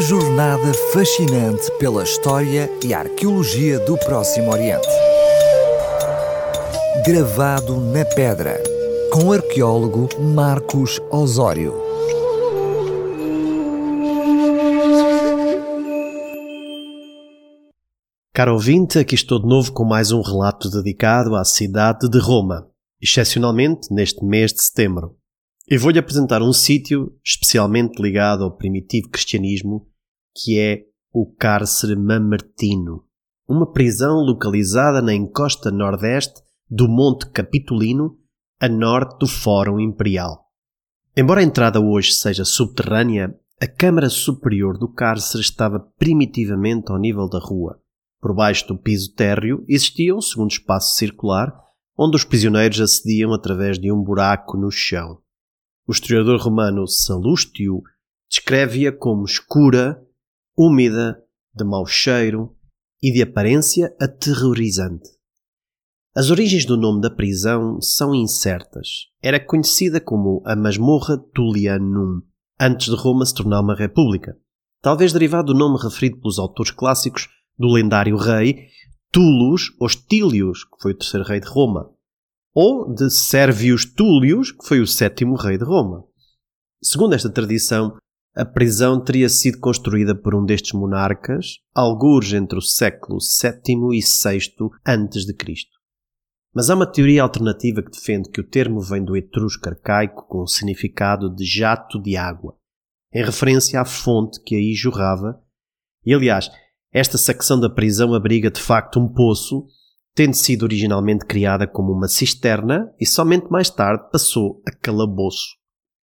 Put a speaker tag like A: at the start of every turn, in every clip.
A: Uma jornada fascinante pela história e arqueologia do Próximo Oriente. Gravado na pedra, com o arqueólogo Marcos Osório.
B: Caro ouvinte, aqui estou de novo com mais um relato dedicado à cidade de Roma, excepcionalmente neste mês de setembro. Eu vou-lhe apresentar um sítio especialmente ligado ao primitivo cristianismo, que é o Cárcere Mamertino, uma prisão localizada na encosta nordeste do Monte Capitolino, a norte do Fórum Imperial. Embora a entrada hoje seja subterrânea, a câmara superior do cárcere estava primitivamente ao nível da rua. Por baixo do piso térreo existia um segundo espaço circular, onde os prisioneiros acediam através de um buraco no chão. O historiador romano Salustio descreve-a como escura, úmida, de mau cheiro e de aparência aterrorizante. As origens do nome da prisão são incertas. Era conhecida como a Masmorra Tullianum, antes de Roma se tornar uma república, talvez derivado do nome referido pelos autores clássicos do lendário rei Tullus Hostilius, que foi o terceiro rei de Roma, ou de Servius Tullius, que foi o sétimo rei de Roma. Segundo esta tradição, a prisão teria sido construída por um destes monarcas, algures entre o século VII e VI a.C. Mas há uma teoria alternativa que defende que o termo vem do etrusco arcaico com o significado de jato de água, em referência à fonte que aí jorrava, e aliás, esta secção da prisão abriga de facto um poço, tendo sido originalmente criada como uma cisterna e somente mais tarde passou a calabouço.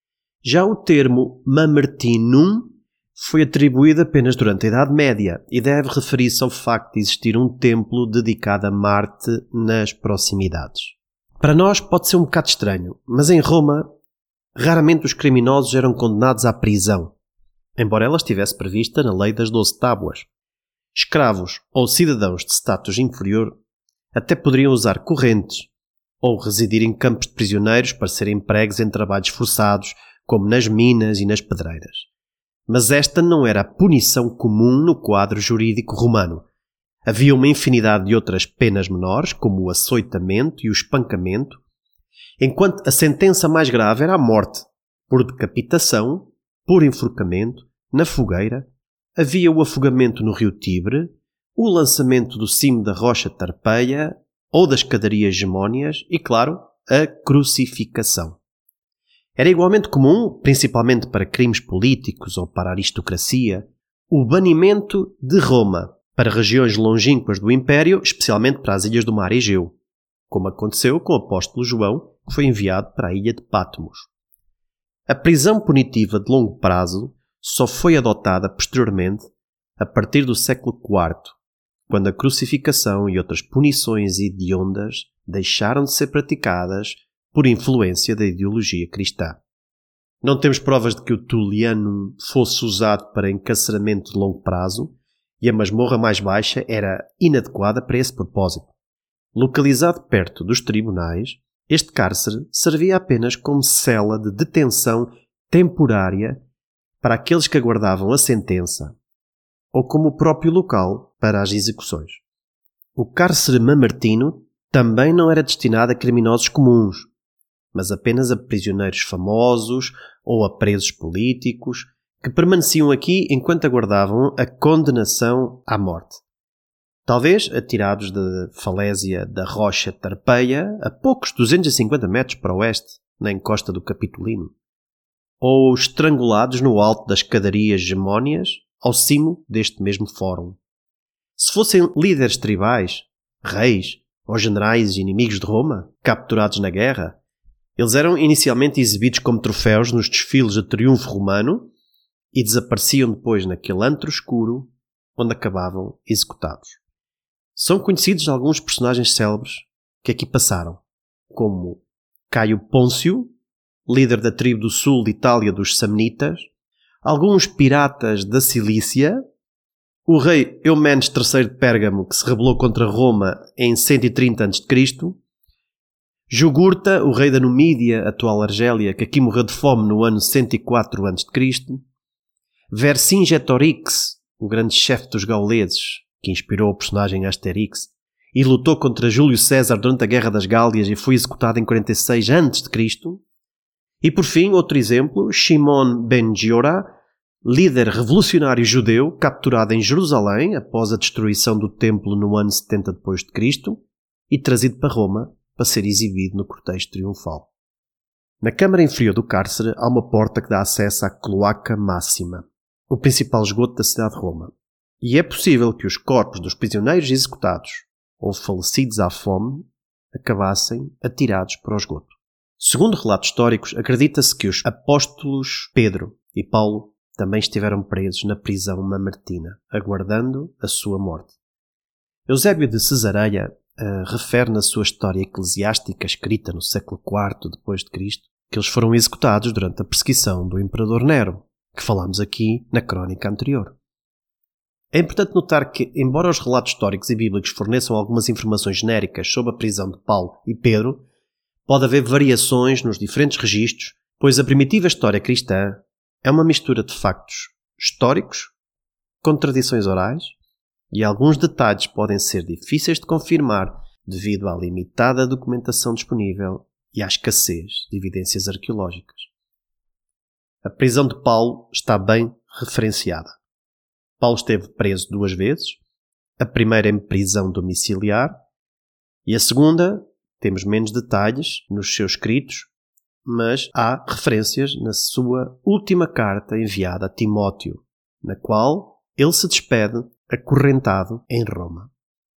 B: Já o termo Mamertinum foi atribuído apenas durante a Idade Média e deve referir-se ao facto de existir um templo dedicado a Marte nas proximidades. Para nós pode ser um bocado estranho, mas em Roma raramente os criminosos eram condenados à prisão, embora ela estivesse prevista na Lei das 12 Tábuas. Escravos ou cidadãos de status inferior até poderiam usar correntes ou residir em campos de prisioneiros para serem empregos em trabalhos forçados, como nas minas e nas pedreiras. Mas esta não era a punição comum no quadro jurídico romano. Havia uma infinidade de outras penas menores, como o açoitamento e o espancamento, enquanto a sentença mais grave era a morte, por decapitação, por enforcamento, na fogueira. Havia o afogamento no rio Tibre, o lançamento do cimo da rocha Tarpeia ou das escadarias gemónias e, claro, a crucificação. Era igualmente comum, principalmente para crimes políticos ou para a aristocracia, o banimento de Roma para regiões longínquas do Império, especialmente para as ilhas do Mar Egeu, como aconteceu com o apóstolo João, que foi enviado para a ilha de Patmos. A prisão punitiva de longo prazo só foi adotada posteriormente a partir do século IV, quando a crucificação e outras punições hediondas deixaram de ser praticadas por influência da ideologia cristã. Não temos provas de que o Tullianum fosse usado para encarceramento de longo prazo e a masmorra mais baixa era inadequada para esse propósito. Localizado perto dos tribunais, este cárcere servia apenas como cela de detenção temporária para aqueles que aguardavam a sentença, ou como o próprio local para as execuções. O cárcere mamertino também não era destinado a criminosos comuns, mas apenas a prisioneiros famosos ou a presos políticos que permaneciam aqui enquanto aguardavam a condenação à morte. Talvez atirados da falésia da rocha Tarpeia a poucos 250 metros para o oeste, na encosta do Capitolino, ou estrangulados no alto das escadarias gemónias ao cimo deste mesmo fórum. Se fossem líderes tribais, reis ou generais inimigos de Roma, capturados na guerra, eles eram inicialmente exibidos como troféus nos desfiles de triunfo romano e desapareciam depois naquele antro escuro onde acabavam executados. São conhecidos alguns personagens célebres que aqui passaram, como Caio Pôncio, líder da tribo do sul de Itália dos Samnitas, alguns piratas da Cilícia, o rei Eumenes III de Pérgamo, que se rebelou contra Roma em 130 a.C., Jugurta, o rei da Numídia, atual Argélia, que aqui morreu de fome no ano 104 a.C., Vercingetorix, o grande chefe dos gauleses, que inspirou o personagem Asterix, e lutou contra Júlio César durante a Guerra das Gálias e foi executado em 46 a.C. E por fim, outro exemplo, Shimon ben Giora, líder revolucionário judeu capturado em Jerusalém após a destruição do templo no ano 70 d.C. e trazido para Roma para ser exibido no cortejo triunfal. Na câmara inferior do cárcere há uma porta que dá acesso à Cloaca Máxima, o principal esgoto da cidade de Roma, e é possível que os corpos dos prisioneiros executados ou falecidos à fome acabassem atirados para o esgoto. Segundo relatos históricos, acredita-se que os apóstolos Pedro e Paulo também estiveram presos na prisão mamertina, aguardando a sua morte. Eusébio de Cesareia refere na sua história eclesiástica escrita no século IV d.C. que eles foram executados durante a perseguição do imperador Nero, que falámos aqui na crónica anterior. É importante notar que, embora os relatos históricos e bíblicos forneçam algumas informações genéricas sobre a prisão de Paulo e Pedro, pode haver variações nos diferentes registros, pois a primitiva história cristã é uma mistura de factos históricos com tradições orais e alguns detalhes podem ser difíceis de confirmar devido à limitada documentação disponível e à escassez de evidências arqueológicas. A prisão de Paulo está bem referenciada. Paulo esteve preso 2 vezes, a primeira em prisão domiciliar e a segunda, temos menos detalhes nos seus escritos, mas há referências na sua última carta enviada a Timóteo, na qual ele se despede acorrentado em Roma.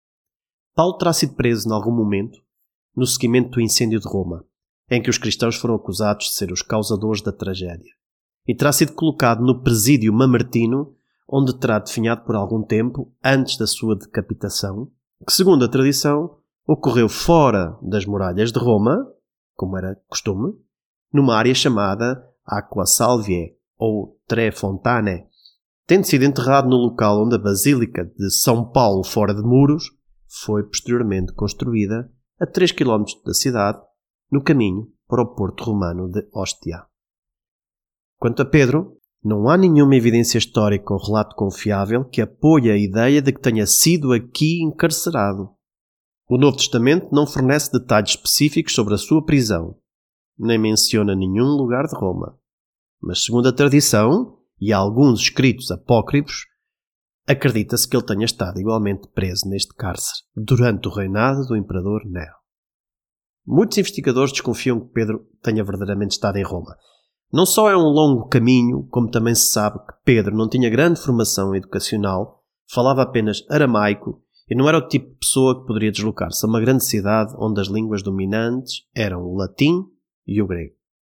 B: Paulo terá sido preso em algum momento no seguimento do incêndio de Roma, em que os cristãos foram acusados de ser os causadores da tragédia, e terá sido colocado no presídio mamertino, onde terá definhado por algum tempo antes da sua decapitação, que, segundo a tradição, ocorreu fora das muralhas de Roma, como era costume, numa área chamada Aqua Salviae, ou Tre Fontane, tendo sido enterrado no local onde a Basílica de São Paulo fora de muros foi posteriormente construída a 3 km da cidade, no caminho para o porto romano de Ostia. Quanto a Pedro, não há nenhuma evidência histórica ou relato confiável que apoie a ideia de que tenha sido aqui encarcerado. O Novo Testamento não fornece detalhes específicos sobre a sua prisão, nem menciona nenhum lugar de Roma. Mas, segundo a tradição e alguns escritos apócrifos, acredita-se que ele tenha estado igualmente preso neste cárcere durante o reinado do imperador Nero. Muitos investigadores desconfiam que Pedro tenha verdadeiramente estado em Roma. Não só é um longo caminho, como também se sabe que Pedro não tinha grande formação educacional, falava apenas aramaico e não era o tipo de pessoa que poderia deslocar-se a uma grande cidade onde as línguas dominantes eram o latim e o grego.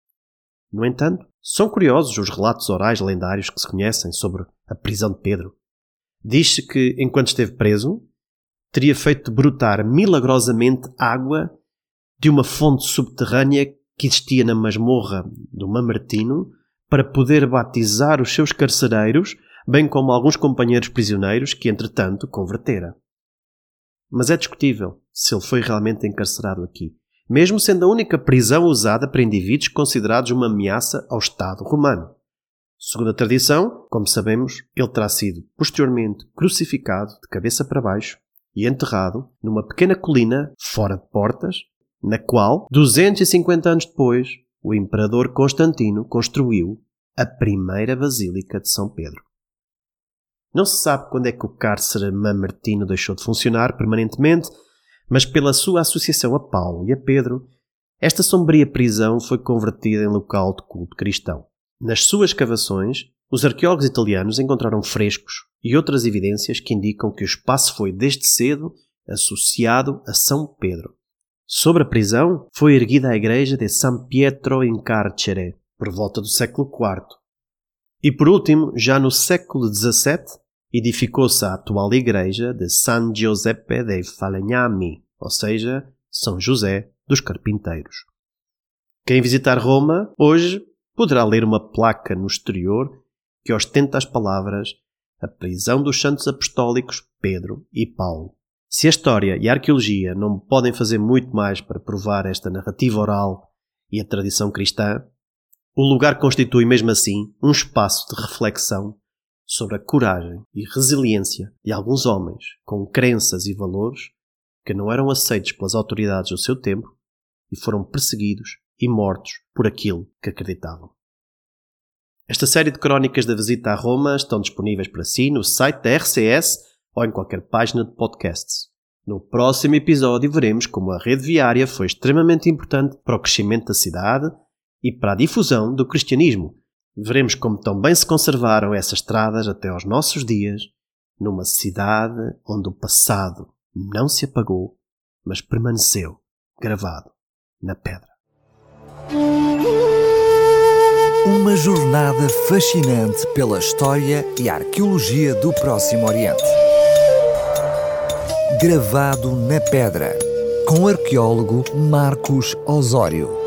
B: No entanto, são curiosos os relatos orais lendários que se conhecem sobre a prisão de Pedro. Diz-se que, enquanto esteve preso, teria feito brotar milagrosamente água de uma fonte subterrânea que existia na masmorra do Mamertino para poder batizar os seus carcereiros, bem como alguns companheiros prisioneiros que, entretanto, convertera. Mas é discutível se ele foi realmente encarcerado aqui, mesmo sendo a única prisão usada para indivíduos considerados uma ameaça ao Estado romano. Segundo a tradição, como sabemos, ele terá sido posteriormente crucificado de cabeça para baixo e enterrado numa pequena colina fora de portas, na qual, 250 anos depois, o imperador Constantino construiu a primeira Basílica de São Pedro. Não se sabe quando é que o cárcere mamertino deixou de funcionar permanentemente, mas pela sua associação a Paulo e a Pedro, esta sombria prisão foi convertida em local de culto cristão. Nas suas escavações, os arqueólogos italianos encontraram frescos e outras evidências que indicam que o espaço foi desde cedo associado a São Pedro. Sobre a prisão, foi erguida a igreja de San Pietro in Carcere, por volta do século IV. E por último, já no século XVII, edificou-se a atual igreja de San Giuseppe dei Falegnami, ou seja, São José dos Carpinteiros. Quem visitar Roma, hoje, poderá ler uma placa no exterior que ostenta as palavras A prisão dos santos apostólicos Pedro e Paulo. Se a história e a arqueologia não podem fazer muito mais para provar esta narrativa oral e a tradição cristã, o lugar constitui mesmo assim um espaço de reflexão sobre a coragem e resiliência de alguns homens com crenças e valores que não eram aceitos pelas autoridades do seu tempo e foram perseguidos e mortos por aquilo que acreditavam. Esta série de crónicas da visita a Roma estão disponíveis para si no site da RCS ou em qualquer página de podcasts. No próximo episódio veremos como a rede viária foi extremamente importante para o crescimento da cidade e para a difusão do cristianismo. Veremos como também se conservaram essas estradas até aos nossos dias, numa cidade onde o passado não se apagou, mas permaneceu gravado na pedra.
A: Uma jornada fascinante pela história e arqueologia do Próximo Oriente. Gravado na pedra, com o arqueólogo Marcos Osório.